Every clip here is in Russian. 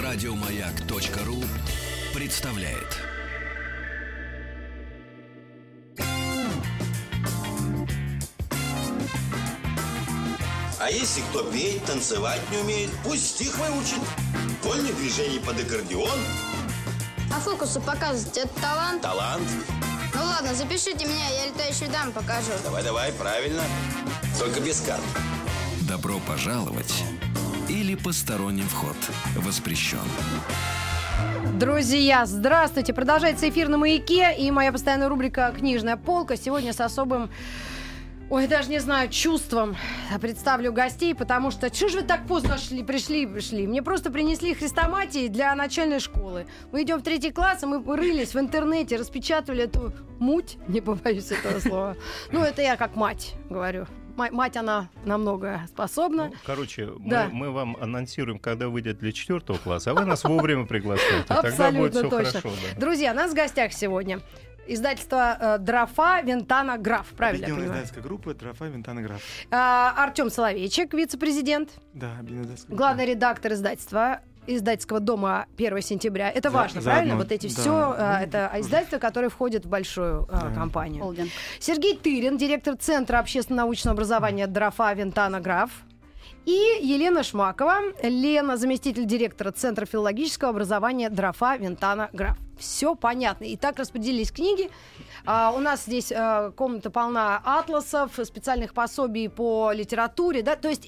Радиомаяк.ру представляет. А если кто петь, танцевать не умеет, пусть стих выучит. Вольных движений под аккордеон. А фокусы показывать — это талант? Талант. Ну ладно, запишите меня, я летающую даму покажу. Давай, правильно. Только без карт. Добро пожаловать или посторонним вход воспрещен. Друзья, здравствуйте! Продолжается эфир на «Маяке» и моя постоянная рубрика «Книжная полка». Сегодня с особым, даже не знаю, чувством представлю гостей, потому что что же вы так поздно пришли? Мне просто принесли хрестоматии для начальной школы. Мы идем в 3 класс, и мы рылись в интернете, распечатывали эту муть, не побоюсь этого слова. Ну, это я как мать говорю. Мать, она на многое способна. Мы вам анонсируем, когда выйдет для 4 класса, а вы нас вовремя приглашаете. Тогда будет все точно. хорошо. Да. Друзья, у нас в гостях сегодня издательство «Дрофа Вентана Граф». Правильно я понимаю? Издательская группа «Дрофа Вентана Граф». Артем Соловейчик, вице-президент. Да, издательская главный редактор издательского дома 1 сентября. Это важно, правильно? Вот эти все, это издательства, которые входят в большую компанию. Холдинг. Сергей Тырин, директор Центра общественно-научного образования «Дрофа Вентана Граф». И Елена Шмакова, заместитель директора Центра филологического образования «Дрофа Вентана Граф». Все понятно. И так распределились книги. У нас здесь комната полна атласов, специальных пособий по литературе. Да? То есть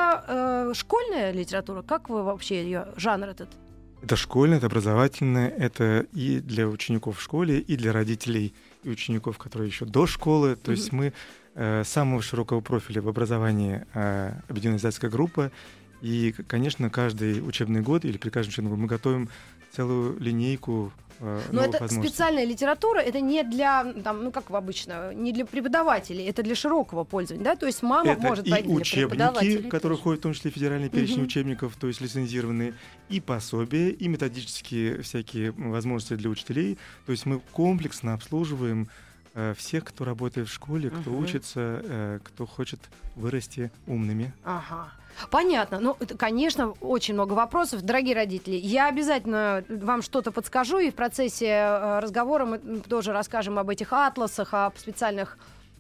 это школьная литература? Как вы вообще ее, жанр этот? Это школьная, это образовательная, это и для учеников в школе, и для родителей и учеников, которые еще до школы. То есть мы самого широкого профиля в образовании объединенная издательская группа. И, конечно, каждый учебный год или при каждом учебном году мы готовим целую линейку. Но это специальная литература, это не для, как обычно, не для преподавателей, это для широкого пользования, да? То есть мама может пойти для преподавателей. Учебники, которые входят в том числе в федеральный перечень учебников, то есть лицензированные, и пособия, и методические всякие возможности для учителей. То есть мы комплексно обслуживаем всех, кто работает в школе, кто учится, кто хочет вырасти умными. Ага. Понятно. Ну, конечно, очень много вопросов. Дорогие родители, я обязательно вам что-то подскажу, и в процессе разговора мы тоже расскажем об этих атласах, об специальных...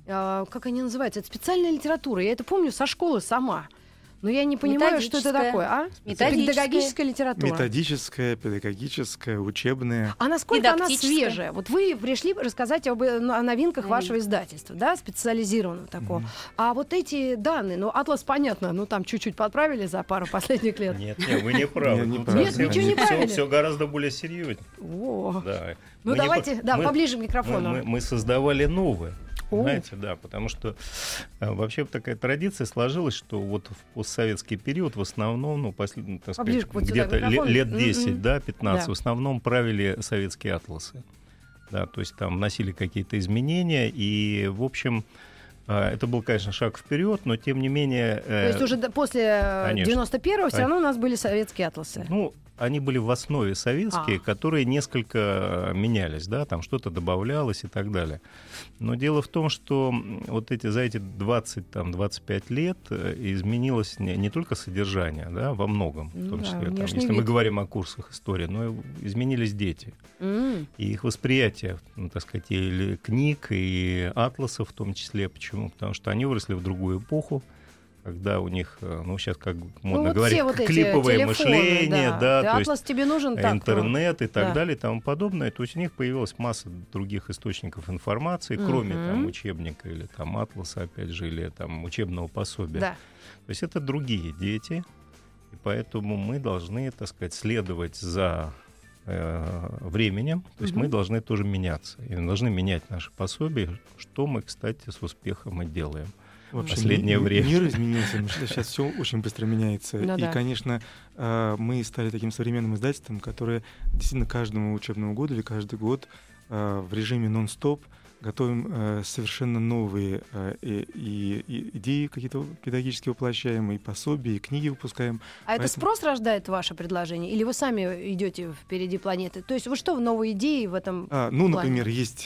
как они называются? Это специальная литература. Я это помню со школы сама. Но я не понимаю, что это такое. Педагогическая литература. Методическая, педагогическая, учебная. А насколько она свежая? Вот вы пришли рассказать о новинках вашего издательства, да, специализированного такого. А вот эти данные, атлас, понятно, там чуть-чуть подправили за пару последних лет. Нет, вы не правы. Нет, ничего не правили. Все гораздо более серьезно. Да. Ну, давайте, поближе к микрофону. Мы создавали новое. Знаете, да, потому что вообще такая традиция сложилась, что вот в постсоветский период в основном, где-то лет 10, 15, в основном правили советские атласы. Да, то есть там вносили какие-то изменения, и, в общем, это был, конечно, шаг вперед, но тем не менее... То есть уже после 91-го все равно у нас были советские атласы? Они были в основе советские, которые несколько менялись, да, там что-то добавлялось и так далее. Но дело в том, что за эти 20-25 лет изменилось не только содержание, да, во многом, в том числе, если мы говорим о курсах истории, но и изменились дети. И их восприятие, и книг, и атласов в том числе. Почему? Потому что они выросли в другую эпоху, когда у них, сейчас как модно говорить, клиповое телефоны, мышление, то атлас есть тебе нужен интернет и так далее и тому подобное. То есть у них появилась масса других источников информации, кроме учебника или атласа, опять же, или учебного пособия. Да. То есть это другие дети, и поэтому мы должны, следовать за временем, то есть мы должны тоже меняться, и должны менять наши пособия, что мы, кстати, с успехом и делаем. В последнее время. Мир изменился, сейчас все очень быстро меняется. Конечно, мы стали таким современным издательством, которое действительно каждому учебному году или каждый год в режиме нон-стоп готовим совершенно новые и идеи какие-то педагогические воплощаем, и пособия, и книги выпускаем. Это спрос рождает ваше предложение? Или вы сами идете впереди планеты? То есть вы что, новые идеи в этом плане? Например, есть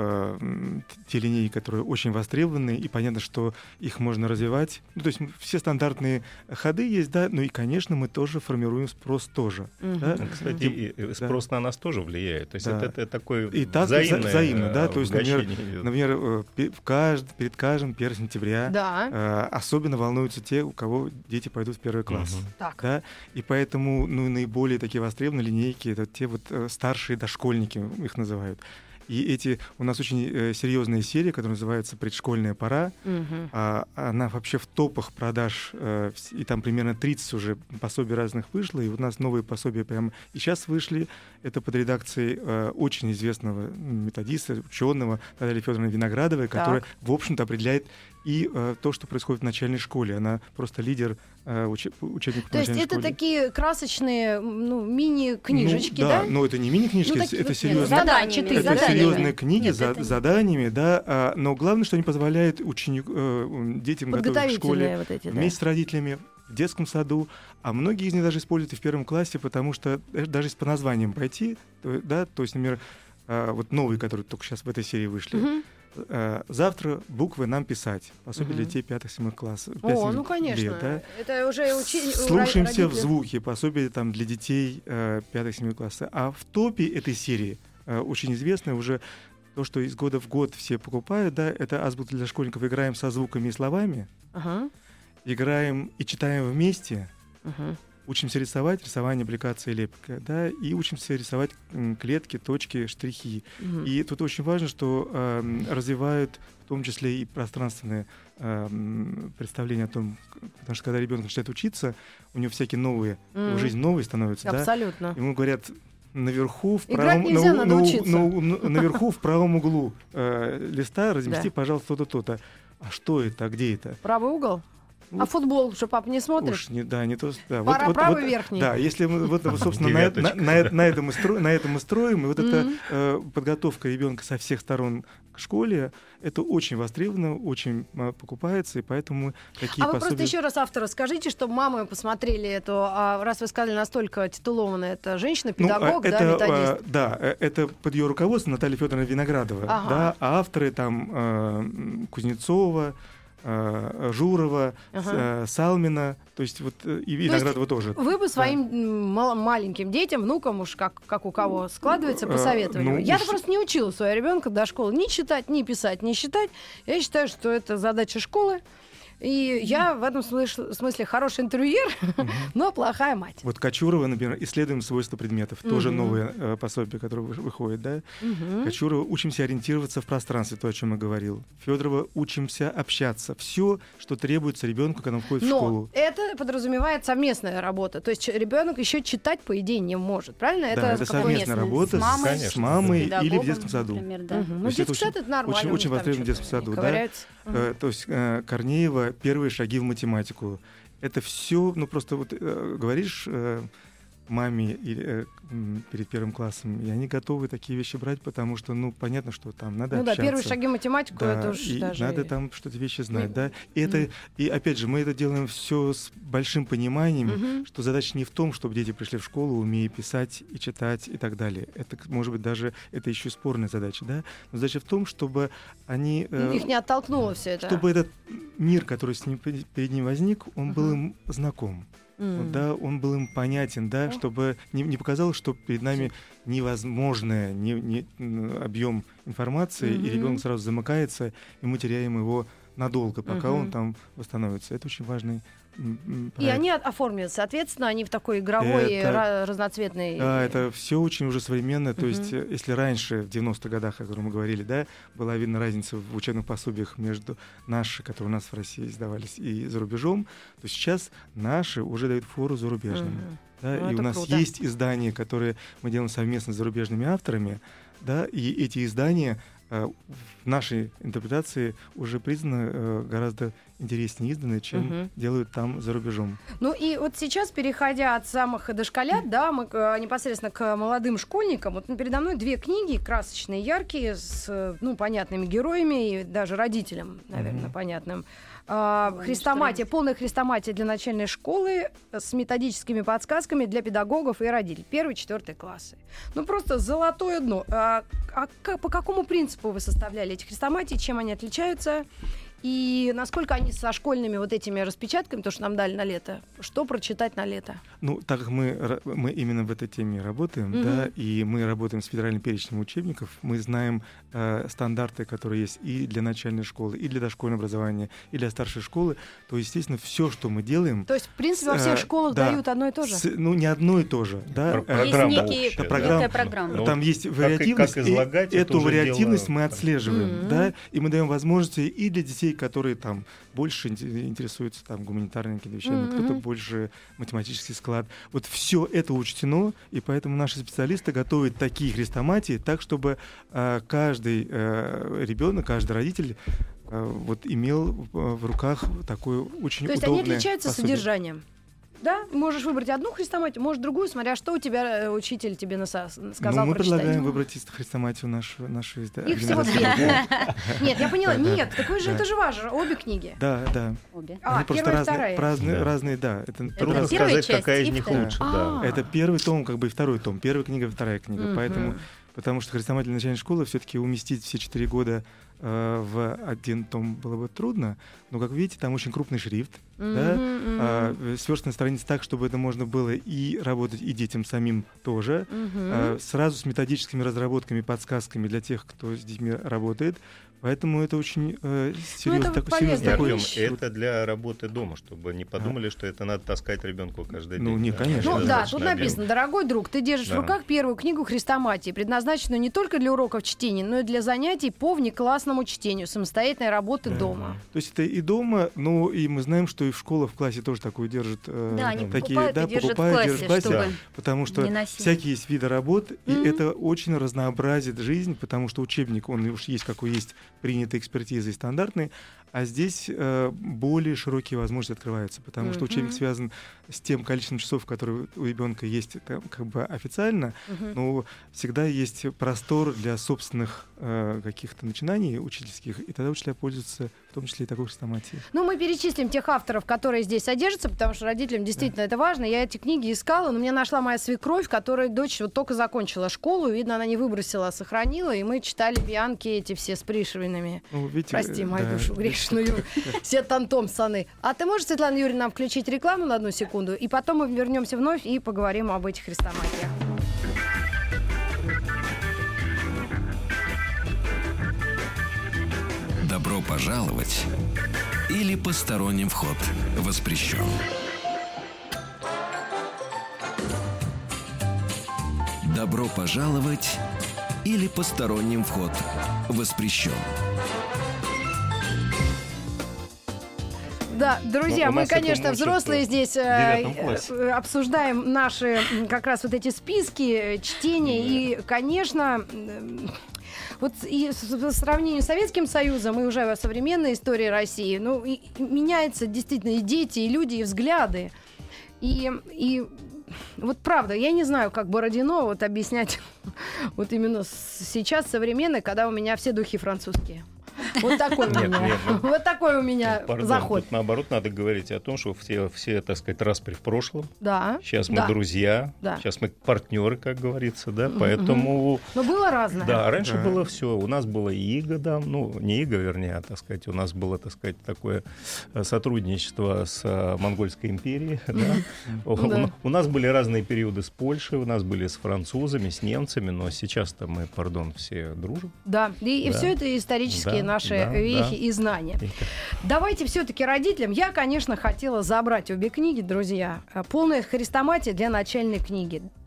те линейки, которые очень востребованы, и понятно, что их можно развивать. То есть все стандартные ходы есть, да, и, конечно, мы тоже формируем спрос тоже. Да? Кстати, спрос на нас тоже влияет. То есть это такой взаимно, да, то есть, например, перед каждым 1 сентября особенно волнуются те, у кого дети пойдут в 1 класс. Да? И поэтому наиболее такие востребованные линейки — это те вот старшие дошкольники, их называют. И эти у нас очень серьезная серия, которая называется «Предшкольная пора». Она вообще в топах продаж, и там примерно 30 уже пособий разных вышло, и у нас новые пособия прямо и сейчас вышли. Это под редакцией очень известного методиста, ученого Натальи Федоровны Виноградовой, которая, в общем-то, определяет и то, что происходит в начальной школе. Она просто лидер учебников То есть это такие красочные мини-книжечки, да? Но это не мини-книжки, это серьезные книги с заданиями, да, но главное, что они позволяют детям готовить в школе вместе с родителями, в детском саду, а многие из них даже используют и в 1 классе, потому что даже если по названиям пойти, да, то есть, например, вот новые, которые только сейчас в этой серии вышли, завтра буквы нам писать. Пособие для детей 5-7 классов. Конечно. Лет, да? Это уже Слушаемся в звуки. Пособие там для детей 5-7 классов. А в топе этой серии очень известно уже то, что из года в год все покупают, да, это азбука для школьников. Играем со звуками и словами. Играем и читаем вместе. Учимся рисовать, рисование, аппликация, лепка, да, и учимся рисовать клетки, точки, штрихи. И тут очень важно, что развивают в том числе и пространственное представление о том, потому что когда ребенок начинает учиться, у него всякие новые, жизнь новой становится. Абсолютно. Да? Ему говорят, наверху в правом углу листа размести, пожалуйста, то-то, то-то. А что это? А где это? Правый угол? А футбол, что папа не смотрит? Не то. Да. Правый верхний. Да, если мы, собственно, на этом мы строим, и вот эта подготовка ребенка со всех сторон к школе, это очень востребовано, очень покупается, и поэтому такие пособия... вы просто еще раз автора скажите, чтобы мамы посмотрели эту, раз вы сказали, настолько титулованная, это женщина-педагог, методист? Да, это под ее руководством Наталья Федоровна Виноградова, да, а авторы там Кузнецова, Журова, Салмина, то есть вот и Виноградова тоже. Вы бы своим маленьким детям, внукам, уж как у кого складывается, посоветовали. Я-то просто не учила своего ребенка до школы ни читать, ни писать, ни считать. Я считаю, что это задача школы. И я в этом смысле хороший интервьюер, но плохая мать. Вот Кочурова, например, «Исследуем свойства предметов». Тоже новое пособие, которое выходит, да? Кочурова «Учимся ориентироваться в пространстве», то, о чем я говорил. Федорова «Учимся общаться». Все, что требуется ребенку, когда он входит в школу. Но это подразумевает совместная работа. То есть ребенок еще читать, по идее, не может. Правильно? Да, это совместная работа с мамой или в детском саду. Ну, детский сад — это нормально. Очень востребовано в детском саду, да? То есть Корнеева «Первые шаги в математику». Это все, просто вот говоришь маме или перед 1 классом, и они готовы такие вещи брать, потому что, понятно, что там надо общаться. Первые шаги в математику, да, это уж даже... надо там что-то вещи знать, да. И опять же, мы это делаем все с большим пониманием, что задача не в том, чтобы дети пришли в школу, умея писать и читать и так далее. Это, может быть, даже это еще спорная задача, да. Но задача в том, чтобы они... Их не оттолкнуло все это. Чтобы этот мир, который перед ним возник, он был им знаком. Да, он был им понятен, да, чтобы не показалось, что перед нами невозможный объем информации, и ребенок сразу замыкается, и мы теряем его надолго, пока он там восстановится. Это очень важный проект. И они оформят, соответственно, они в такой игровой, разноцветной... Да, это все очень уже современно. То есть, если раньше, в 90-х годах, о котором мы говорили, да, была видна разница в учебных пособиях между наши, которые у нас в России издавались, и за рубежом, то сейчас наши уже дают фору зарубежным. Да, и у нас круто. Есть издания, которые мы делаем совместно с зарубежными авторами, да, и эти издания в нашей интерпретации уже признаны гораздо интереснее изданы, чем делают там за рубежом. Ну и вот сейчас, переходя от самых дошколят, да, мы непосредственно к молодым школьникам. Вот передо мной 2 книги красочные, яркие, с понятными героями и даже родителям, наверное, понятным. Хрестоматия, полная хрестоматия для начальной школы с методическими подсказками для педагогов и родителей 1-4 классы. Ну просто золотое дно. По какому принципу вы составляли эти хрестоматии, чем они отличаются? И насколько они со школьными вот этими распечатками, то, что нам дали на лето, что прочитать на лето? Ну, так как мы именно в этой теме работаем, да, и мы работаем с федеральным перечнем учебников, мы знаем стандарты, которые есть и для начальной школы, и для дошкольного образования, и для старшей школы, то, естественно, все, что мы делаем... То есть, в принципе, во всех школах дают одно и то же? Не одно и то же. Да? Есть некая программа. Там есть вариативность, и эту вариативность мы отслеживаем, да, и мы даем возможности и для детей, которые там больше интересуются там гуманитарными какими-то вещами, кто-то больше математический склад. Вот все это учтено, и поэтому наши специалисты готовят такие хрестоматии так, чтобы каждый ребенок, каждый родитель вот имел в руках такое очень удобное. То есть они отличаются содержанием? Да, можешь выбрать одну хрестоматию, можешь другую, смотря что у тебя учитель тебе сказал прочитать. Мы предлагаем выбрать хрестоматию нашу Их всего 2. Нет, я поняла. Нет, это же важно. Обе книги. Да. Обе. Они просто первая и вторая. разные, да. Трудно сказать, какая из них лучше. Это первый том, как бы и второй том. Первая книга, вторая книга. Потому что хрестоматия для начальной школы все-таки уместить все 4 года в один том было бы трудно, но, как видите, там очень крупный шрифт, сверстная страница так, чтобы это можно было и работать, и детям самим тоже, сразу с методическими разработками, подсказками для тех, кто с детьми работает. Поэтому это очень серьезно такой. Это для работы дома, чтобы не подумали, что это надо таскать ребенку каждый день. Ну, не, конечно. Ну да, тут написано: дорогой друг, ты держишь в руках первую книгу хрестоматии, предназначенную не только для уроков чтения, но и для занятий по внеклассному чтению, самостоятельной работы дома. То есть это и дома, но и мы знаем, что и в школах в классе тоже такую держат. Да, они такие, покупают и держат в классе, потому что всякие есть виды работ, и это очень разнообразит жизнь, потому что учебник, он уж есть какой есть, принятой экспертизой стандартной, а здесь более широкие возможности открываются, потому что учебник связан с тем количеством часов, которые у ребенка есть как бы официально, но всегда есть простор для собственных каких-то начинаний учительских, и тогда учителя пользуются в том числе и такой хрестоматией. Ну, мы перечислим тех авторов, которые здесь содержатся, потому что родителям действительно это важно. Я эти книги искала, но мне нашла моя свекровь, которая дочь вот только закончила школу, видно, она не выбросила, а сохранила, и мы читали Бианки эти все с Пришвиными. Ну, видите, прости мою душу грешную, все Томпсоны. А ты можешь, Светлана Юрьевна, нам включить рекламу на 1 секунду, и потом мы вернемся вновь и поговорим об этих хрестоматиях. Добро пожаловать или посторонним вход воспрещен. Добро пожаловать или посторонним вход воспрещен. Да, друзья, мы, конечно, взрослые здесь обсуждаем наши как раз вот эти списки чтения. И, конечно, вот и в сравнении с Советским Союзом и уже современной историей России, ну, и меняются действительно и дети, и люди, и взгляды. И вот правда, я не знаю, как Бородино вот объяснять вот именно сейчас современно, когда у меня все духи французские. Вот такой у меня, вот такой у меня заход. Тут наоборот надо говорить о том, что все, так сказать, распри в прошлом. Да. Сейчас мы друзья, сейчас мы партнеры, как говорится, да, поэтому... Но было разное. Да, раньше было все. У нас было иго, да, ну, не иго, вернее, а, так сказать, у нас было, так сказать, такое сотрудничество с Монгольской империей, да. У нас были разные периоды с Польшей, у нас были с французами, с немцами, но сейчас-то мы, все дружим. Да, и все это исторические наши вехи и знания. Давайте все-таки родителям. Я, конечно, хотела забрать обе книги, друзья. Полная хрестоматия для начальной книги.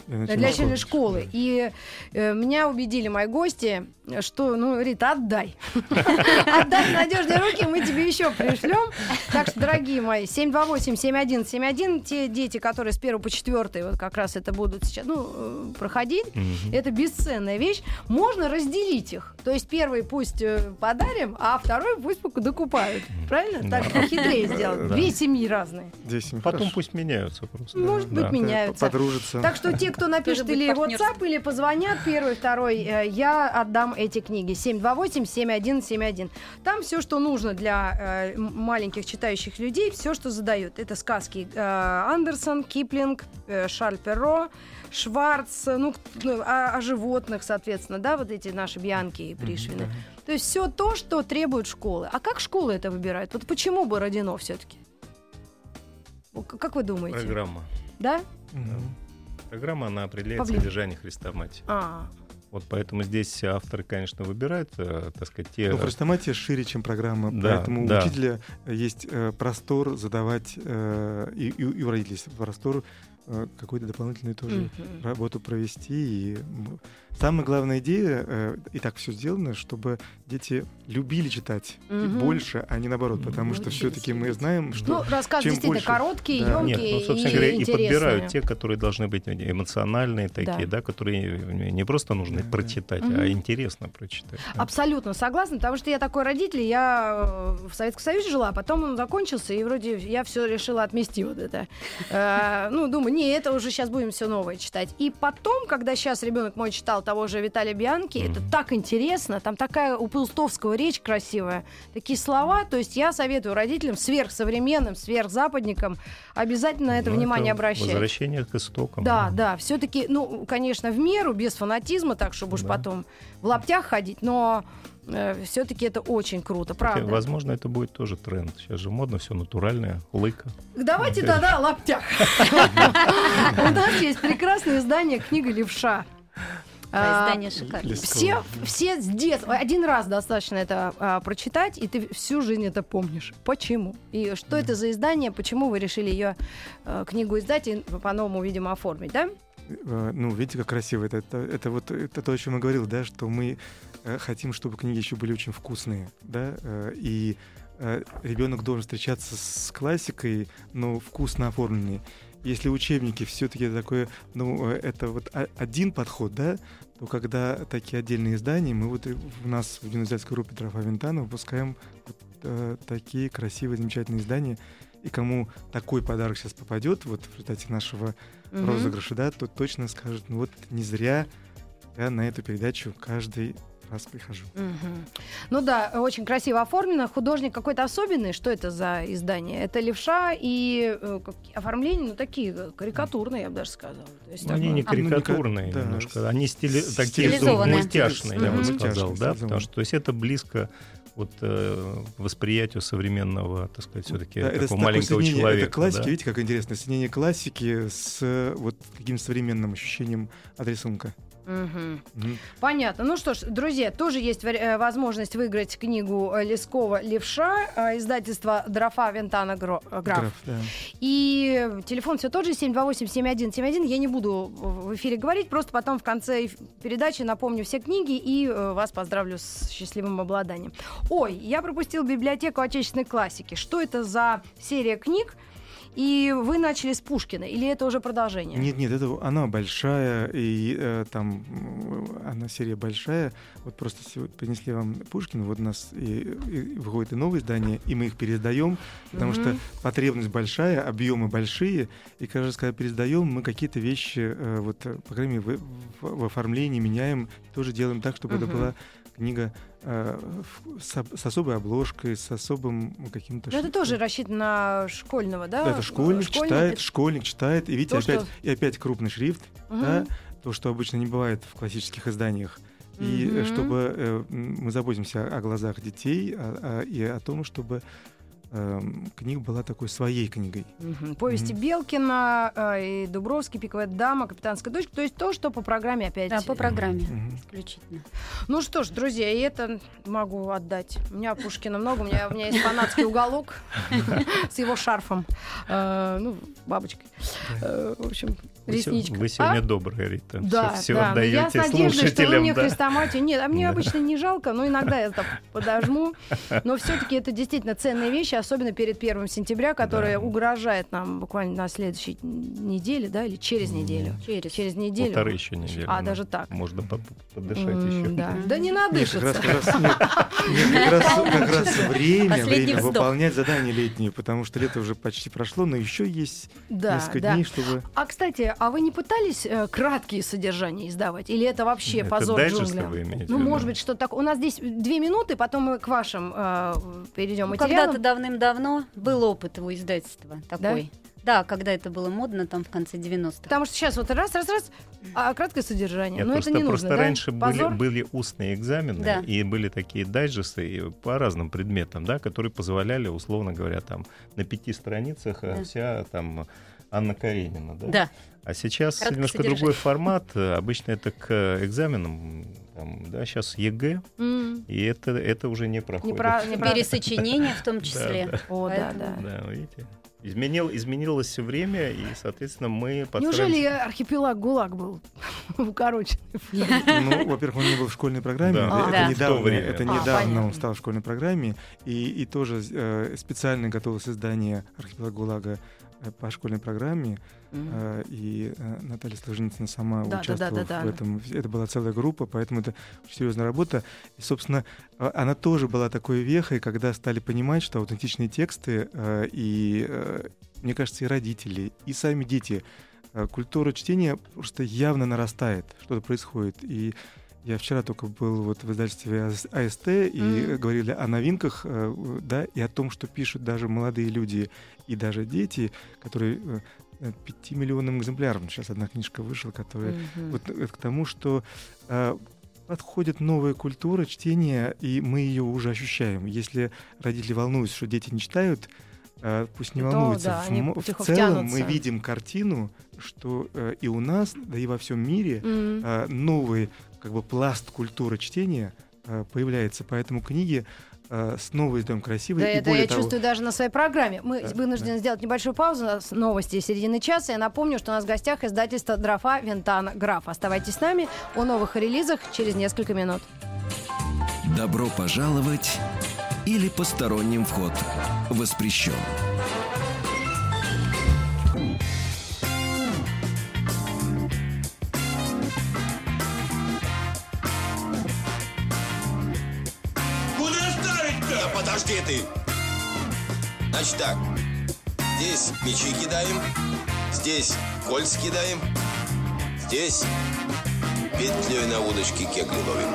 Для начальной школы. И меня убедили мои гости, что, Рита, отдай. Отдай в надежные руки, мы тебе еще пришлем. Так что, дорогие мои, 728-7171, те дети, которые с 1 по 4 вот как раз это будут сейчас проходить, это бесценная вещь. Можно разделить их. То есть первый пусть подарим, а второй пусть докупают. Правильно? Так хитрее сделать. Две семьи разные. Потом пусть меняются просто. Может быть, меняются. Подружатся. Так что те, кто напишет или WhatsApp, или позвонят, первый, второй, я отдам эти книги. 728-7171. Там все, что нужно для маленьких читающих людей, все, что задают. Это сказки Андерсон, Киплинг, Шарль Перро, Шварц, о животных, соответственно, да, вот эти наши Бьянки и Пришвины. То есть все то, что требуют школы. А как школы это выбирают? Вот почему Бородино все-таки? Как вы думаете? Программа. Да? Программа, она определяет содержание хрестоматии. Вот поэтому здесь авторы, конечно, выбирают, так сказать, те... хрестоматия шире, чем программа, поэтому у учителя есть простор задавать, и у родителей есть простор какую-то дополнительную тоже работу провести. И самая главная идея, и так все сделано, чтобы дети любили читать больше, а не наоборот, потому что все-таки мы знаем, что рассказ чем действительно больше... короткие, емкие собственно и говоря, интересные. И подбирают те, которые должны быть эмоциональные такие, да, которые не просто нужно прочитать, а интересно прочитать. Да. Абсолютно согласна, потому что я такой родитель, я в Советском Союзе жила, потом он закончился, и вроде я все решила отмести вот это. Думаю, это уже сейчас будем все новое читать. И потом, когда сейчас ребенок мой читал того же Виталия Бьянки, это так интересно, там такая у Паустовского речь красивая, такие слова, то есть я советую родителям сверхсовременным, сверхзападникам обязательно на это внимание обращать. Возвращение к истокам. Да, все-таки, конечно, в меру, без фанатизма, так, чтобы уж потом в лаптях ходить, но все-таки это очень круто, правда. Возможно, это будет тоже тренд. Сейчас же модно все натуральное, лыка. Давайте тогда о лаптях. У нас есть прекрасное издание «Книга левша». Издание шикарное. Все с детства. Один раз достаточно это прочитать, и ты всю жизнь это помнишь. Почему? И что это за издание? Почему вы решили ее книгу издать и по-новому, видимо, оформить, да? Видите, как красиво. Это то, о чем я говорил, да, что мы хотим, чтобы книги еще были очень вкусные, да, и ребенок должен встречаться с классикой, но вкусно оформленной. Если учебники все-таки это такое, это вот один подход, да, то когда такие отдельные издания, мы вот у нас в гимназиальской группе Трофа Винтана выпускаем такие красивые, замечательные издания, и кому такой подарок сейчас попадет, вот в результате нашего розыгрыша, да, то точно скажет, не зря я на эту передачу каждый раз прихожу. Очень красиво оформлено. Художник какой-то особенный? Что это за издание? Это левша и оформление, такие карикатурные, я бы даже сказала. То есть они не карикатурные немножко, они стилизованные, мультяшные, я бы сказал, да, потому что это близко восприятию современного, так сказать, все-таки такого маленького человека. Это классика, видите, как интересно, соединение классики с каким-то современным ощущением от рисунка. Понятно. Ну что ж, друзья, тоже есть возможность выиграть книгу Лескова «Левша», издательство Трофа Винтана Граф. Да. И телефон все тот же, 728-7171. Я не буду в эфире говорить, просто потом в конце передачи напомню все книги и вас поздравлю с счастливым обладанием. Я пропустил библиотеку отечественной классики. Что это за серия книг? И вы начали с Пушкина, или это уже продолжение? Нет, это она большая, и там она серия большая. Вот просто сегодня принесли вам Пушкина, вот у нас и выходит и новое издание, и мы их переиздаем, потому что потребность большая, объемы большие, и каждый раз, когда переиздаем, мы какие-то вещи, по крайней мере, в оформлении меняем, тоже делаем так, чтобы это была книга с особой обложкой, с особым каким-то... Это тоже рассчитано на школьного, да? Это школьник читает, и видите, опять крупный шрифт, да, то, что обычно не бывает в классических изданиях. И чтобы мы заботимся о глазах детей и о том, чтобы книга была такой своей книгой. Повести Белкина и Дубровский, «Пиковая дама», «Капитанская дочка». То есть то, что по программе опять. Да, по программе исключительно. Ну что ж, друзья, и это могу отдать. У меня Пушкина много. У меня есть фанатский уголок с его шарфом. Бабочкой. В общем, ресничка. Вы сегодня добрая, Рита. Да, все да. отдаете Я с надеждой, что вы слушателям. мне хрестоматию. Нет, а мне обычно не жалко, но иногда я так подожму. Но все-таки это действительно ценные вещи, особенно перед 1 сентября, которая угрожает нам буквально на следующей неделе, да, или через неделю? Через неделю. 1,5 еще недели. Даже так. Можно подышать еще. Да не надышится. Как раз время вздох. выполнять задания летние, потому что лето уже почти прошло, но еще есть несколько дней, чтобы... А, кстати, вы не пытались краткие содержания издавать? Или это вообще Это позор дайджесты джунглям? вы имеете в Ну, виду? может быть, что-то такое. У нас здесь 2 минуты, потом мы к вашим перейдем материалам. Когда-то давным-давно был опыт его издательства такой. Да, когда это было модно, там в конце 90-х. Потому что сейчас вот раз, а краткое содержание. Нет, Но это не нужно, просто да? раньше Позор? были устные экзамены, Да. и были такие дайджесты по разным предметам, да, которые позволяли, условно говоря, там на 5 страницах вся там Анна Каренина. Да? Да. А сейчас Краткое немножко содержание. другой формат. Обычно это к экзаменам. Да, сейчас ЕГЭ, и это уже не проходит. Пересочинение в том числе. Да, О, да. Да, видите? Изменилось время, и, соответственно, мы подстраиваемся. Неужели архипелаг ГУЛАГ был в укороченной форме? Ну, во-первых, он не был в школьной программе. Да. Это Да. недавно, В то время. это недавно понятно. он стал в школьной программе. И тоже специально готовилось издание «Архипелаг ГУЛАГа» по школьной программе. И Наталья Сложницына сама участвовала в этом. Это была целая группа, поэтому это очень серьезная работа. И, собственно, она тоже была такой вехой, когда стали понимать, что аутентичные тексты мне кажется, и родители, и сами дети, культура чтения просто явно нарастает, что-то происходит. И я вчера только был вот в издательстве АСТ, и говорили о новинках, да, и о том, что пишут даже молодые люди и даже дети, которые 5 миллионным экземплярам. Сейчас одна книжка вышла, которая вот к тому, что подходит новая культура чтения, и мы ее уже ощущаем. Если родители волнуются, что дети не читают, пусть не волнуются. Да, они в тихо целом втянутся. мы видим картину, что и у нас, да и во всем мире новый как бы пласт культуры чтения появляется. Поэтому книги снова издаем красивые. Да, и это более я того, чувствую даже на своей программе. Мы вынуждены сделать небольшую паузу с новости середины часа. Я напомню, что у нас в гостях издательство «Дрофа», Вентана, Граф. Оставайтесь с нами. О новых релизах через несколько минут. Добро пожаловать или посторонним вход воспрещен. Куда ставить-то? Да подожди ты. Значит так. Здесь мячи кидаем. Здесь кольца кидаем. Здесь петлей на удочке кегли ловим.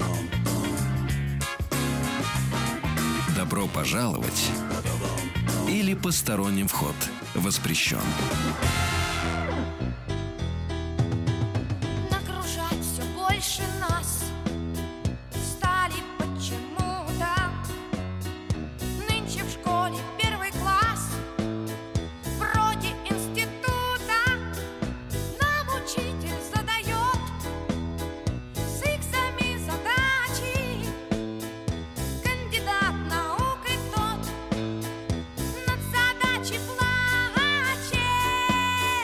Добро пожаловать или посторонним вход воспрещен. Нагружать все больше нас стали почему-то. Нынче в школе 1 класс, вроде института. Нам учитель задает с иксами задачи. Кандидат наук и тот над задачей плачет.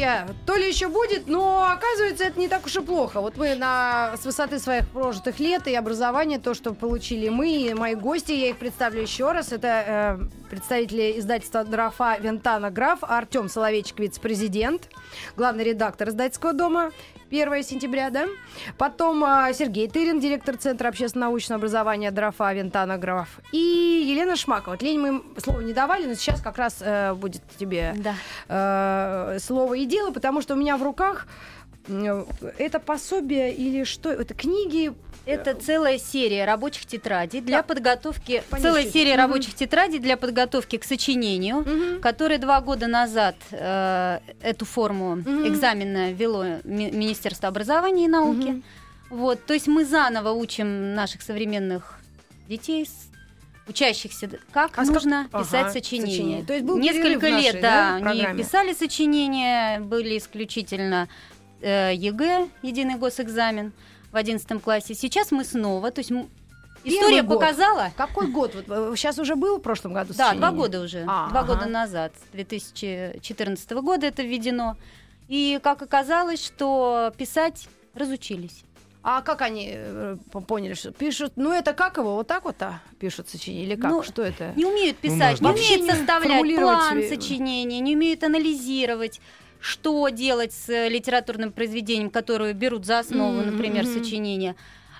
друзья, то ли еще будет, но оказывается, это не так уж и плохо. Вот мы с высоты своих прожитых лет и образования, то, что получили мы и мои гости, я их представлю еще раз. Это представители издательства «Графа» Вентана Граф, Артем Соловейчик, вице-президент, главный редактор издательского дома. 1 сентября, да? Потом Сергей Тырин, директор Центра общественно-научного образования «Графа» Вентана Граф. И Елена Шмакова. Вот Лене мы слово не давали, но сейчас как раз будет тебе слово и дело, потому что у меня в руках это пособие или что? Это книги... Это целая серия рабочих тетрадей для подготовки. Целая серия рабочих тетрадей для подготовки к сочинению, которое 2 года назад эту форму экзамена ввело Министерство образования и науки. Вот, то есть мы заново учим наших современных детей, учащихся, как нужно писать сочинение. То есть был несколько нашей, лет, они писали сочинения, были исключительно ЕГЭ, единый госэкзамен. В 11 классе. Сейчас мы снова, то есть история показала... Какой год? Вот, сейчас уже был в прошлом году сочинение? Да, 2 года уже. 2 года назад, 2014 года это введено. И как оказалось, что писать разучились. А как они поняли, что пишут? Ну, это как его? Вот так вот пишут сочинение? Или как? Что это? Не умеют писать, не умеют составлять план сочинения, не умеют анализировать, что делать с литературным произведением, которое берут за основу, например, сочинения.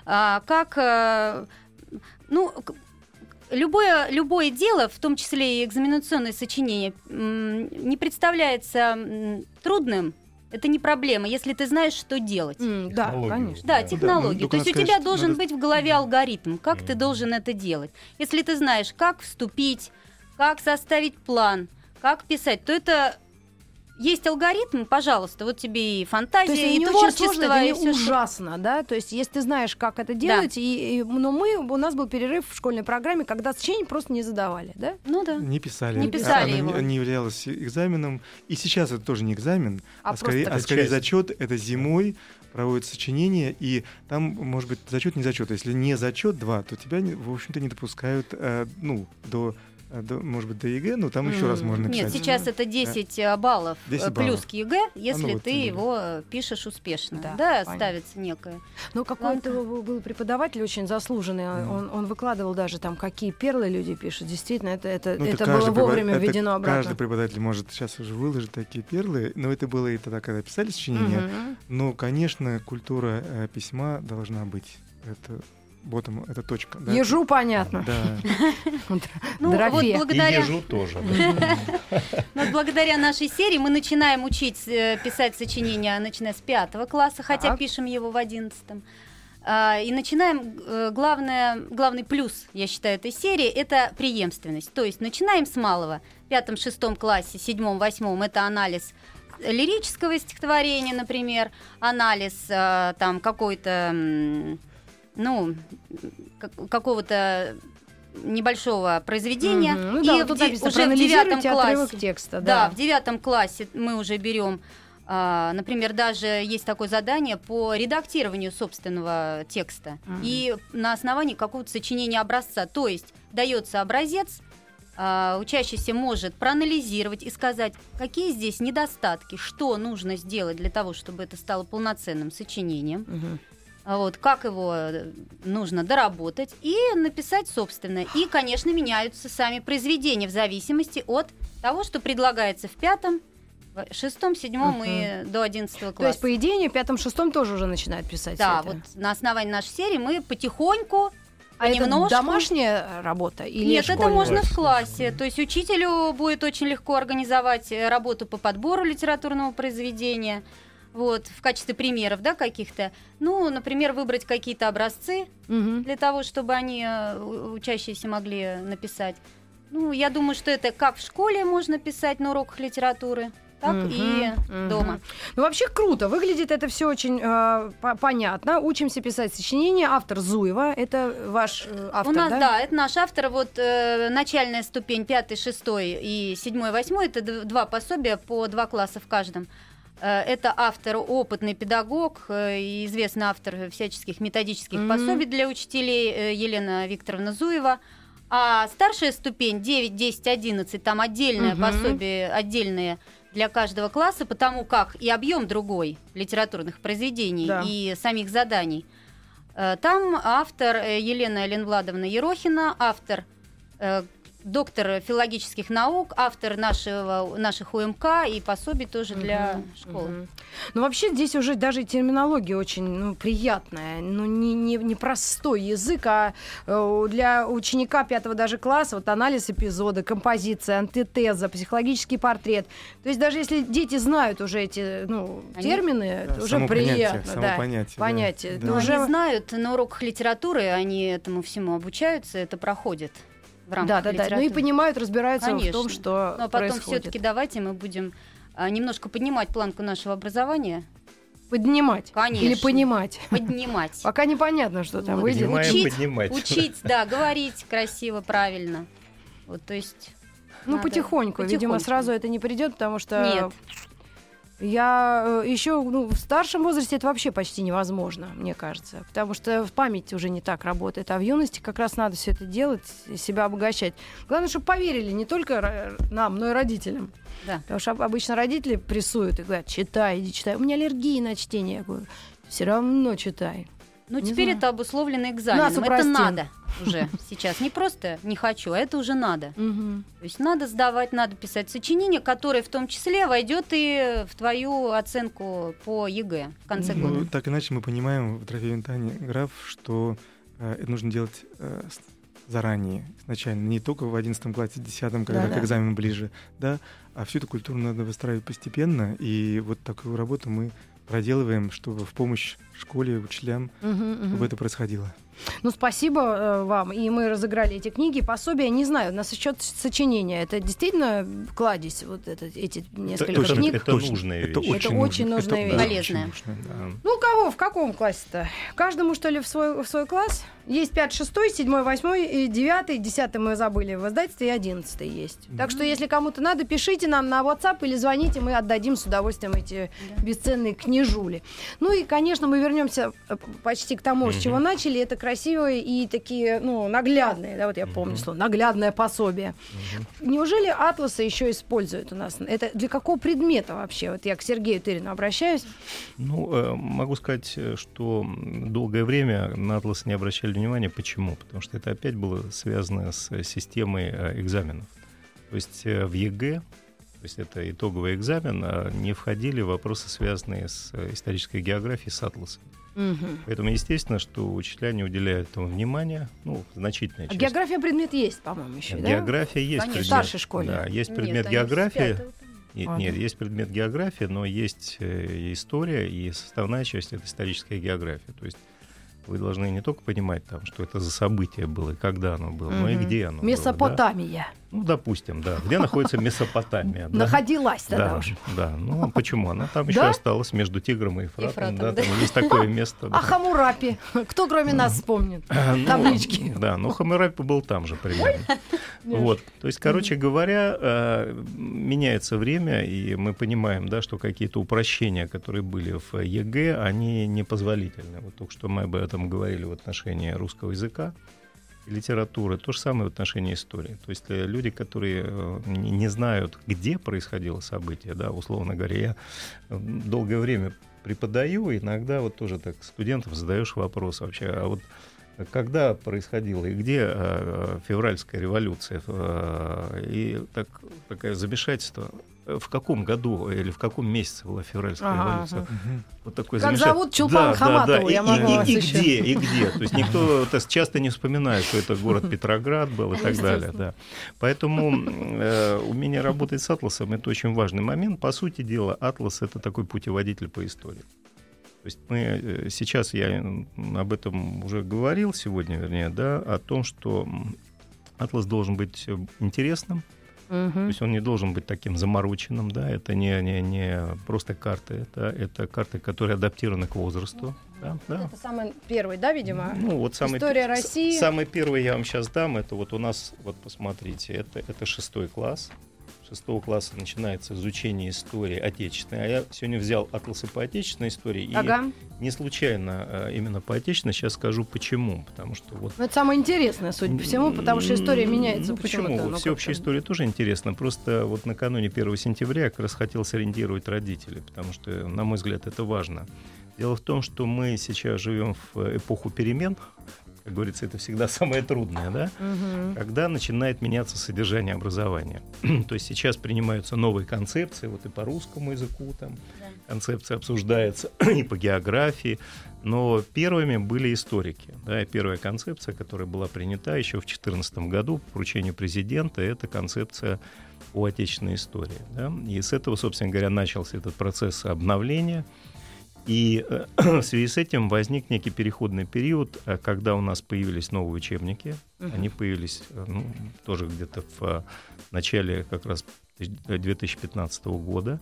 Любое дело, в том числе и экзаменационное сочинение, не представляется трудным. Это не проблема, если ты знаешь, что делать. Да, конечно. Да, технологию. То есть у тебя должен быть в голове алгоритм, как ты должен это делать. Если ты знаешь, как вступить, как составить план, как писать, то это... Есть алгоритм, пожалуйста, вот тебе и фантазия, и творчество. Сложно, это не ужасно, да? То есть, если ты знаешь, как это делать, но у нас был перерыв в школьной программе, когда сочинение просто не задавали, да? Ну да. Не писали. Не писали его. Она не являлась экзаменом. И сейчас это тоже не экзамен, а скорее зачет. Это зимой проводят сочинение, и там, может быть, зачет, не зачет. Если не зачет 2, то тебя, в общем-то, не допускают, может быть, до ЕГЭ, но там еще раз можно писать. Нет, сейчас это 10 баллов 10 плюс к ЕГЭ, если ты его пишешь успешно. Да, ставится некое. Ну, какой-то был преподаватель очень заслуженный, он выкладывал даже там, какие перлы люди пишут. Действительно, это было вовремя введено обратно. Каждый преподаватель может сейчас уже выложить такие перлы, но это было и тогда, когда писали сочинение. Но, конечно, культура письма должна быть. Это ботом, это точка. Да? Ежу понятно. Да. И ежу тоже. Благодаря нашей серии мы начинаем учить писать сочинения, начиная с 5 класса, хотя пишем его в 11. И начинаем, главный плюс, я считаю, этой серии, это преемственность. То есть начинаем с малого. В 5-6 классе, 7-8 это анализ лирического стихотворения, например, анализ там какой-то... какого-то небольшого произведения. И уже в 9 классе, текста, в 9 классе мы уже берем, например, даже есть такое задание по редактированию собственного текста. И на основании какого-то сочинения образца. То есть дается образец, учащийся может проанализировать и сказать, какие здесь недостатки, что нужно сделать для того, чтобы это стало полноценным сочинением. Вот, как его нужно доработать и написать собственное. И, конечно, меняются сами произведения в зависимости от того, что предлагается в 5, 6, 7 и до 11 класса. То есть, по идее, в 5-6 тоже уже начинают писать. Да, вот на основании нашей серии мы потихоньку, понемножку... Это домашняя работа или Нет, школьная? Это можно в классе. То есть учителю будет очень легко организовать работу по подбору литературного произведения. Вот, в качестве примеров, да, каких-то. Ну, например, выбрать какие-то образцы для того, чтобы они, учащиеся, могли написать. Ну, я думаю, что это как в школе можно писать на уроках литературы, так и дома. Ну, вообще круто. Выглядит это все очень понятно. Учимся писать сочинения. Автор Зуева. Это ваш автор, У нас, да? Это наш автор. Вот начальная ступень 5, 6 и 7, 8. Это 2 пособия по 2 класса в каждом. Это автор, опытный педагог, известный автор всяческих методических пособий для учителей Елена Викторовна Зуева. А старшая ступень 9, 10, 11, там отдельное пособие, отдельные для каждого класса, потому как и объем другой литературных произведений, Да. и самих заданий. Там автор Елена Ленвладовна Ерохина, автор доктор филологических наук, автор наших УМК и пособий тоже для школы. Ну, вообще здесь уже даже терминология очень приятная. Ну, не простой язык, а для ученика 5-го даже класса вот анализ эпизода, композиция, антитеза, психологический портрет. То есть даже если дети знают уже эти термины, это уже приятно. Само понятие. Да. Уже... Они знают, на уроках литературы они этому всему обучаются, это проходит в рамках литературы. Ну и понимают, разбираются Конечно. в том, что Ну, а потом происходит. все-таки давайте мы будем немножко поднимать планку нашего образования. Поднимать? Конечно. Или понимать? Поднимать. Пока непонятно, что там выйдет. Учить, да, говорить красиво, правильно. Вот, то есть... Потихоньку. Видимо, сразу это не придет, потому что... Нет. Я еще в старшем возрасте это вообще почти невозможно, мне кажется, потому что память уже не так работает, а в юности как раз надо все это делать, себя обогащать. Главное, чтобы поверили не только нам, но и родителям. Да. Потому что обычно родители прессуют и говорят: читай, иди читай. У меня аллергия на чтение. Я говорю: все равно читай. Ну, теперь это обусловлено экзаменом. Это надо уже сейчас. Не просто не хочу, а это уже надо. То есть надо сдавать, надо писать сочинение, которое в том числе войдет и в твою оценку по ЕГЭ в конце года. Так иначе мы понимаем, Трофим Таня Граф, что это нужно делать заранее, изначально. Не только в 11 классе, 10, когда к экзамену ближе, да, а всю эту культуру надо выстраивать постепенно. И вот такую работу мы проделываем, чтобы в помощь школе, учителям, чтобы это происходило. Ну, спасибо вам. И мы разыграли эти книги. Пособия, не знаю, у нас еще сочинения. Это действительно кладезь, эти несколько книг? Это нужная вещь. Это очень нужная вещь. Полезная. Ну, у кого? В каком классе-то? Каждому, что ли, в свой класс? Есть 5, 6, 7, 8, 9, 10 мы забыли в издательстве, и 11 есть. Так что, если кому-то надо, пишите нам на WhatsApp или звоните, мы отдадим с удовольствием эти бесценные книжули. Ну и, конечно, мы вернемся почти к тому, с чего начали. Это красивые и такие, наглядные, да, вот я помню слово, наглядное пособие. Неужели атласы еще используют у нас? Это для какого предмета вообще? Вот я к Сергею Тырину обращаюсь. Ну, могу сказать, что долгое время на атласы не обращали внимания. Почему? Потому что это опять было связано с системой экзаменов. То есть в ЕГЭ, то есть это итоговый экзамен, не входили вопросы, связанные с исторической географией, с атласом. Поэтому, естественно, что учителя не уделяют этому внимания, значительная часть. География предмет есть, по-моему, еще, да? География есть. Конечно. В старшей школе. Да, есть предмет географии. Нет, есть предмет географии, но есть и история, и составная часть — это историческая география. То есть вы должны не только понимать, что это за событие было, и когда оно было, но и где оно было. Месопотамия. Ну, допустим, да. Где находится Месопотамия? Находилась тогда уже. Да, ну почему? Она там еще осталась между Тигром и Ефратом. Да, там есть такое место. А Хаммурапи? Кто, кроме нас, вспомнит? Таблички. Да, но Хаммурапи был там же примерно. Вот. То есть, короче говоря, меняется время, и мы понимаем, да, что какие-то упрощения, которые были в ЕГЭ, они непозволительны. Вот только что мы об этом говорили в отношении русского языка, литературы, то же самое в отношении истории. То есть люди, которые не знают, где происходило событие, да, условно говоря, я долгое время преподаю, иногда вот тоже так студентам задаешь вопрос вообще, а вот когда происходила и где февральская революция, и такое замешательство, в каком году или в каком месяце была февральская революция. Вот такое как зовут Чулпан Хаматову, я могу вас еще. И где. То есть никто часто не вспоминает, что это город Петроград был и так далее. Да. Поэтому умение работать с атласом — это очень важный момент. По сути дела, атлас — это такой путеводитель по истории. То есть сейчас я об этом уже говорил сегодня, вернее, да, о том, что атлас должен быть интересным. То есть он не должен быть таким замороченным, да, это не просто карты, это карты, которые адаптированы к возрасту. Да. Это самый первый, да, видимо? История России. Самый первый я вам сейчас дам, это вот у нас, вот посмотрите, это 6 класс. 6 класса начинается изучение истории отечественной, а я сегодня взял атласы по отечественной истории, и не случайно именно по отечественной, сейчас скажу почему, потому что вот... Но это самое интересное, судя по всему, потому что история меняется. Почему? Всеобщая история тоже интересна, просто вот накануне 1 сентября я как раз хотел сориентировать родителей, потому что, на мой взгляд, это важно. Дело в том, что мы сейчас живем в эпоху перемен. Как говорится, это всегда самое трудное, да? Когда начинает меняться содержание образования. То есть сейчас принимаются новые концепции, вот и по русскому языку там концепция обсуждается, и по географии, но первыми были историки. Да? И первая концепция, которая была принята еще в 2014 году по поручению президента, это концепция о отечественной истории. Да? И с этого, собственно говоря, начался этот процесс обновления. И в связи с этим возник некий переходный период, когда у нас появились новые учебники. Они появились тоже где-то в начале как раз 2015 года.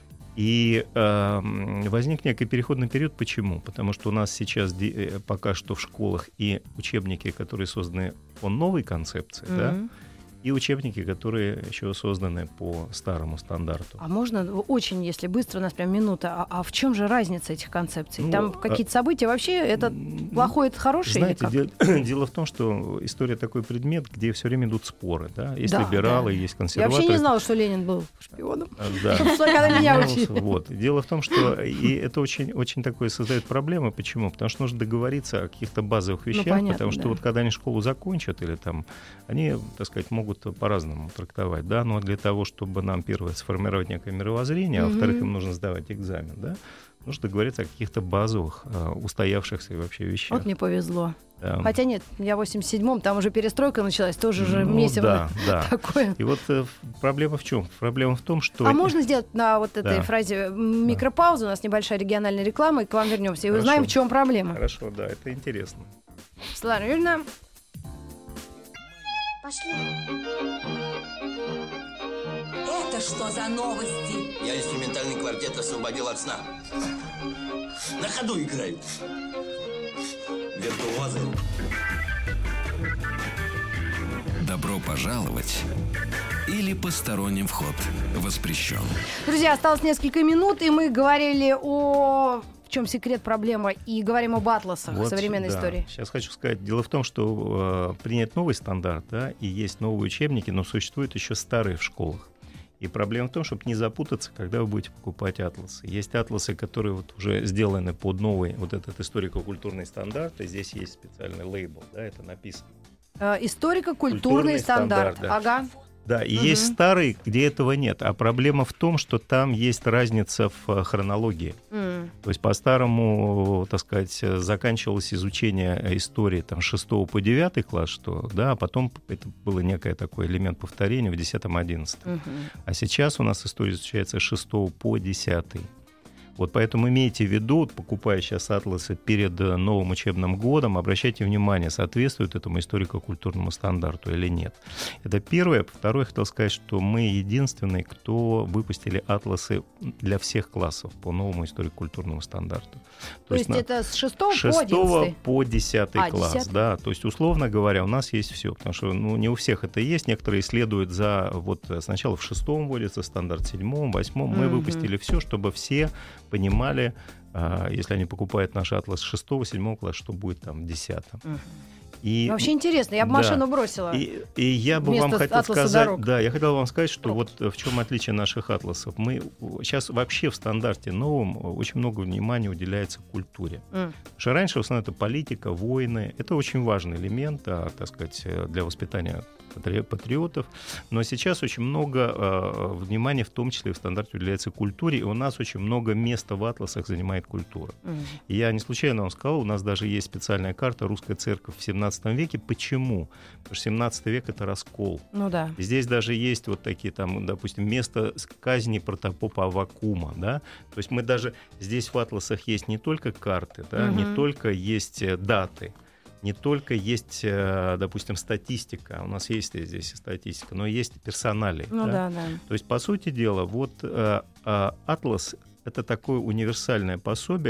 И возник некий переходный период. Почему? Потому что у нас сейчас пока что в школах и учебники, которые созданы по новой концепции, да, и учебники, которые еще созданы по старому стандарту. А можно очень, если быстро, у нас прям минута, а в чем же разница этих концепций? Там какие-то события вообще, это плохое, это хорошее? Знаете, дело в том, что история такой предмет, где все время идут споры. Да? Есть либералы, есть консерваторы. Я вообще не знала, что Ленин был шпионом. Да. Когда меня учили. Вот. Дело в том, что и это очень, очень такое создает проблемы. Почему? Потому что нужно договориться о каких-то базовых вещах, понятно, потому что вот когда они школу закончат, или там, они, так сказать, могут по-разному трактовать, да, но для того, чтобы нам, первое, сформировать некое мировоззрение, а во-вторых, им нужно сдавать экзамен, да, нужно договориться о каких-то базовых, устоявшихся вообще вещах. Вот мне повезло. Да. Хотя нет, я в 87-м, там уже перестройка началась, тоже же месиво такое. И вот проблема в чем? Проблема в том, что... А можно сделать на вот этой фразе микропаузу, у нас небольшая региональная реклама, и к вам вернемся, и узнаем, в чем проблема. Хорошо, да, это интересно. Светлана Юрьевна. Пошли. Это что за новости? Я инструментальный квартет освободил от сна. На ходу играют. Виртуозы. Добро пожаловать или посторонним вход воспрещен. Друзья, осталось несколько минут, и мы говорили о... В чем секрет, проблема, и говорим об атласах в современной истории. Сейчас хочу сказать. Дело в том, что принят новый стандарт, да, и есть новые учебники, но существуют еще старые в школах. И проблема в том, чтобы не запутаться, когда вы будете покупать атласы. Есть атласы, которые вот уже сделаны под новый вот этот историко-культурный стандарт, и здесь есть специальный лейбл, да, это написано. Историко-культурный стандарт. Да. Ага. Да, и есть старые, где этого нет. А проблема в том, что там есть разница в хронологии. То есть по-старому, так сказать, заканчивалось изучение истории там, с 6 по 9 класс, что, да, а потом это было некий такой элемент повторения в 10-11. А сейчас у нас история изучается с 6 по 10. Вот поэтому имейте в виду, покупая сейчас атласы перед новым учебным годом, обращайте внимание, соответствует этому историко-культурному стандарту или нет. Это первое. Второе, я хотел сказать, что мы единственные, кто выпустили атласы для всех классов по новому историко-культурному стандарту. То есть это с 6 по 11? По 10 класс, 10? Да. То есть, условно говоря, у нас есть все. Потому что не у всех это есть. Некоторые следуют за... Вот сначала в 6-м вводится стандарт, в 7-м, 8-м. Мы выпустили все, чтобы все понимали, если они покупают наш атлас 6-7 класса, что будет там в 10-м. И, вообще интересно, я бы машину бросила. И я бы вам хотел сказать, да, я хотел вам сказать, что вот в чем отличие наших атласов. Мы сейчас вообще в стандарте новом очень много внимания уделяется культуре. Потому что раньше в основном это политика, войны. Это очень важный элемент, так сказать, для воспитания патриотов. Но сейчас очень много внимания, в том числе в стандарте, уделяется культуре, и у нас очень много места в атласах занимает культура. И я не случайно вам сказал, у нас даже есть специальная карта «Русская церковь в 17 веке». Почему? Потому что 17 век — это раскол. Ну да. Здесь даже есть вот такие, там, допустим, место казни протопопа Аввакума. Да? То есть мы даже здесь в атласах есть не только карты, да, не только есть даты, не только есть, допустим, статистика, у нас есть здесь статистика, но есть персоналии. Ну, да? Да. То есть, по сути дела, вот атлас — это такое универсальное пособие,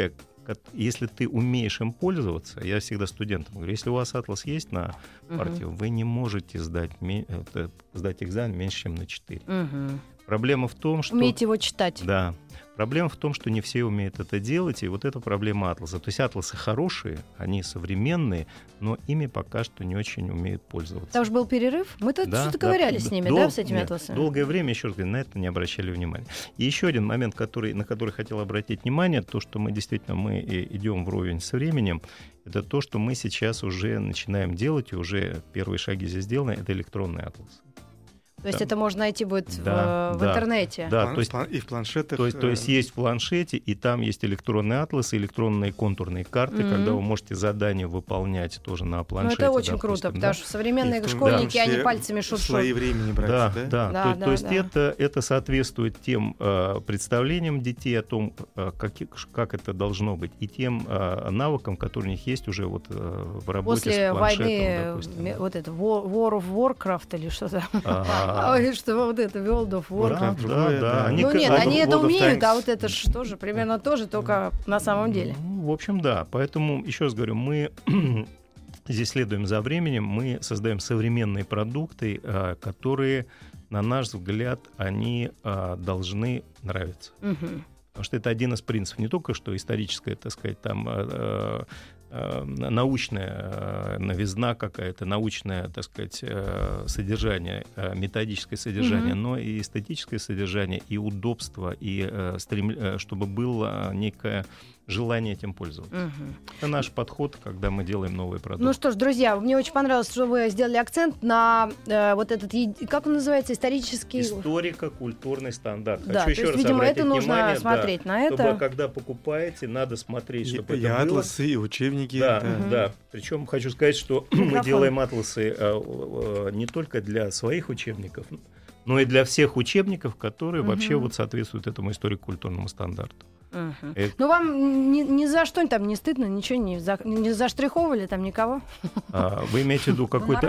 если ты умеешь им пользоваться, я всегда студентам говорю, если у вас атлас есть на партию, вы не можете сдать экзамен меньше, чем на 4. Проблема в том, что... Умеете его читать. Да. Проблема в том, что не все умеют это делать, и вот это проблема атласа. То есть атласы хорошие, они современные, но ими пока что не очень умеют пользоваться. Там же был перерыв? Мы тут что-то ковырялись с ними, да, с этими атласами? Долгое время, еще раз говорю, на это не обращали внимания. И еще один момент, на который хотел обратить внимание, то, что мы действительно идем вровень со временем, это то, что мы сейчас уже начинаем делать, и уже первые шаги здесь сделаны, это электронные атласы. То есть это можно найти будет в интернете? Да, то есть, и в планшетах. То есть есть в планшете, и там есть электронные атласы, электронные контурные карты, когда вы можете задания выполнять тоже на планшете. Ну это очень круто, потому что современные школьники, они пальцами шуршат. Свои времени брать, да? То есть это соответствует тем представлениям детей о том, как это должно быть, и тем навыкам, которые у них есть уже вот в работе с планшетом. После войны, вот это War of Warcraft или что-то. Что вот это World of Warcraft. Да. Ну нет, они это умеют, а вот это же тоже примерно тоже, только на самом деле. В общем, да. Поэтому, еще раз говорю, мы здесь следуем за временем, мы создаем современные продукты, которые, на наш взгляд, они должны нравиться. Потому что это один из принципов. Не только что историческое, так сказать, там... научная новизна какая-то, научное, так сказать, содержание, методическое содержание, но и эстетическое содержание, и удобство, и чтобы было некое желание этим пользоваться. Это наш подход, когда мы делаем новые продукты. Ну что ж, друзья, мне очень понравилось, что вы сделали акцент на вот этот, как он называется, исторический... Историко-культурный стандарт. Да, Хочу еще раз видимо, обратить это нужно внимание, смотреть на это. Чтобы, когда покупаете, надо смотреть, чтобы это было. И атласы, и учебники. Да. Причем хочу сказать, что мы делаем атласы не только для своих учебников, но и для всех учебников, которые вообще вот соответствуют этому историко-культурному стандарту. Ну, вам ни за что там не стыдно, ничего не заштриховывали там никого? Вы имеете в виду какой-то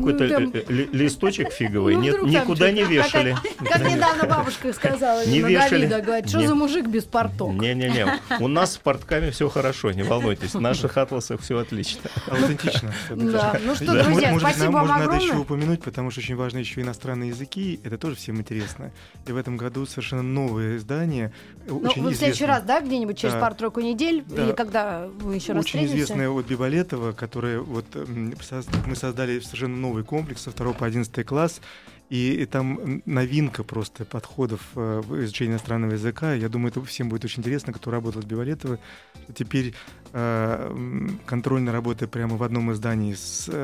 листочек фиговый? Нет, никуда не вешали. Как недавно бабушка сказала, не вешали. Говорит, что за мужик без порток? Не-не-не, у нас с портками все хорошо, не волнуйтесь, в наших атласах все отлично. Аутентично. Да, ну что, друзья, спасибо вам огромное. Надо еще упомянуть, потому что очень важно еще иностранные языки, это тоже всем интересно. И в этом году совершенно новое издание, очень известное. В следующий раз, да, где-нибудь через пару-тройку недель, или когда вы еще раз очень известная от Биболетова, которая вот мы создали совершенно новый комплекс со 2 по 11 класс, и там новинка просто подходов в изучении иностранного языка. Я думаю, это всем будет очень интересно, кто работал с Биболетовой. Теперь контрольная работа прямо в одном издании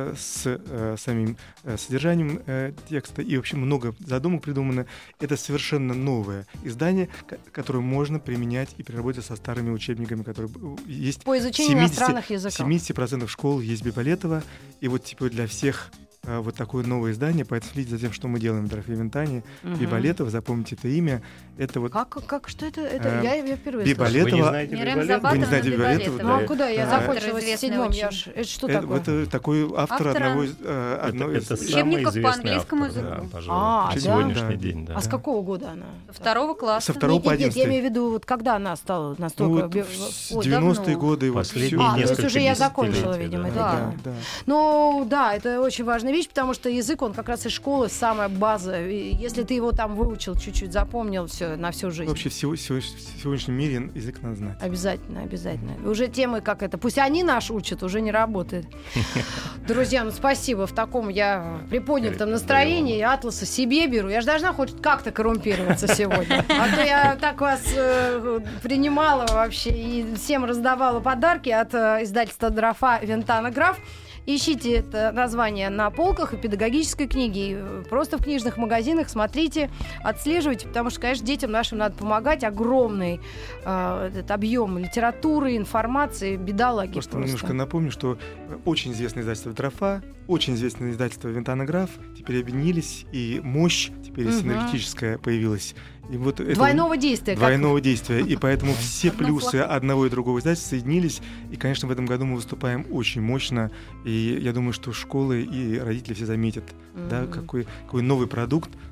с самим содержанием текста, и вообще много задумок придумано. Это совершенно новое издание, которое можно применять и при работе со старыми учебниками, которые есть. По изучению иностранных языков. 70% школ есть Биболетова, и вот типа для всех вот такое новое издание, поэтому следите за тем, что мы делаем в Дорфевентане. Биболетова, запомните это имя. Это вот... Как что это? Я впервые Биболетова. Вы не знаете Биболетова? Вы не знаете Биболетова? Ну а куда? Я закончила в 7-м. Это что такое? Это такой автор одного из... Это учебников по английскому языку. Да, пожалуй, в сегодняшний день. Да. А с какого года она? Со 2 класса. Со 2 по 11. Нет, я имею в виду, вот когда она стала настолько... В 90-е годы. Последние несколько то есть уже я закончила, видимо. Да. Ну да, это очень важная вещь, потому что язык, он как раз из школы, самая база. И если ты его там выучил, чуть-чуть запомнил, все на всю жизнь. Вообще в сегодняшнем мире язык надо знать. Обязательно. Уже темы, как это, пусть они наш учат, уже не работает. Друзья, ну спасибо. В таком я приподнятом настроении атласа себе беру. Я же должна хоть как-то коррумпироваться сегодня. А то я так вас принимала вообще и всем раздавала подарки от издательства «Дрофа Вентана Граф». Ищите это название на полках и педагогической книги. И просто в книжных магазинах смотрите, отслеживайте, потому что, конечно, детям нашим надо помогать. Огромный этот объем литературы, информации, бедолаги. Просто немножко напомню, что очень известное издательство «Дрофа», очень известное издательство «Вентана Граф» теперь объединились, и мощь теперь синергетическая появилась. И вот двойного действия. Двойного действия. И поэтому все плюсы одного и другого издательства соединились. И, конечно, в этом году мы выступаем очень мощно. И я думаю, что школы и родители все заметят, да, какой новый продукт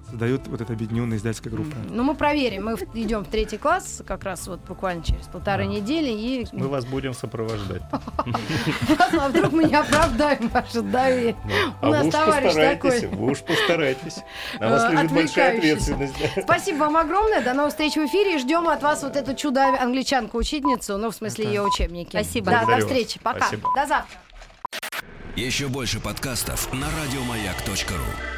создают вот эта объединенная издательская группа. Ну, мы проверим. Мы идем в 3 класс, как раз вот буквально через 1,5 недели. И... Мы вас будем сопровождать. А вдруг мы не оправдаем ваше доверие? У нас товарищ такой. Вы уж постарайтесь. На вас лежит большая ответственность. Спасибо вам огромное. До новых встреч в эфире. И ждем от вас вот эту чудо-англичанку-учительницу, ну, в смысле, ее учебники. Спасибо. Да, до встречи. Пока. До завтра. Еще больше подкастов на радиомаяк.ру.